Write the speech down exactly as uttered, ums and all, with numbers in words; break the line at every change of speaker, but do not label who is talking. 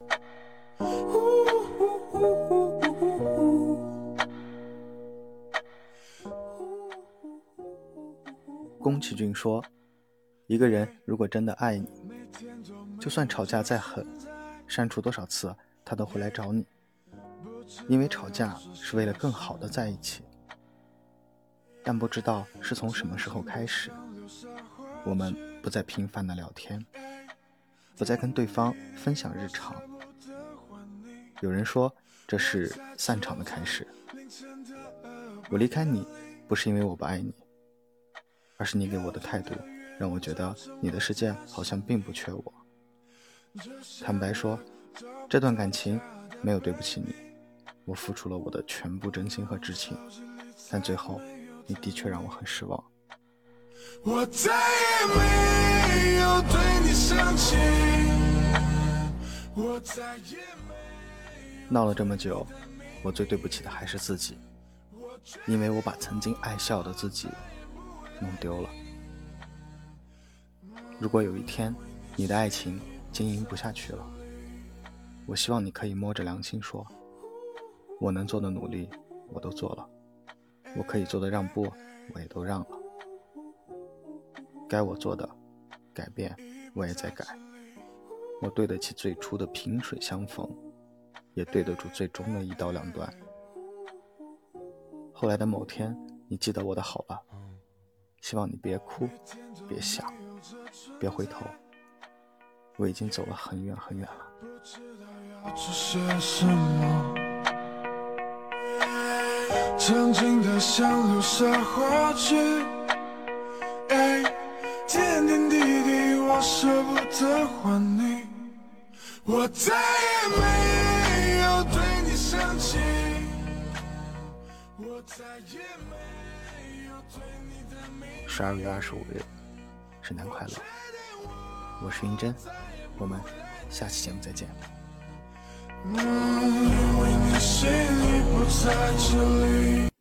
宫崎骏说，一个人如果真的爱你，就算吵架再狠，删除多少次，他都会来找你，因为吵架是为了更好的在一起。但不知道是从什么时候开始，我们不再频繁的聊天，不再跟对方分享日常。有人说这是散场的开始。我离开你不是因为我不爱你，而是你给我的态度让我觉得你的世界好像并不缺我。坦白说，这段感情没有对不起你，我付出了我的全部真心和知情，但最后你的确让我很失望。
我再也没有对你生气，我再也没
闹了这么久，我最对不起的还是自己，因为我把曾经爱笑的自己弄丢了。如果有一天你的爱情经营不下去了，我希望你可以摸着良心说，我能做的努力我都做了，我可以做的让步我也都让了，该我做的改变我也在改，我对得起最初的萍水相逢，也对得住最终的一刀两断。后来的某天，你记得我的好吧，希望你别哭，别想，别回头，我已经走了很远很远了。
要做些什么，曾经的想留下话去，点点滴滴我舍不得还你，我再也没有对你生气，我再也没有对你的美
十二月二十五日，圣诞快乐！我是云珍，我们下期节目再见。
因为你心里不在这里。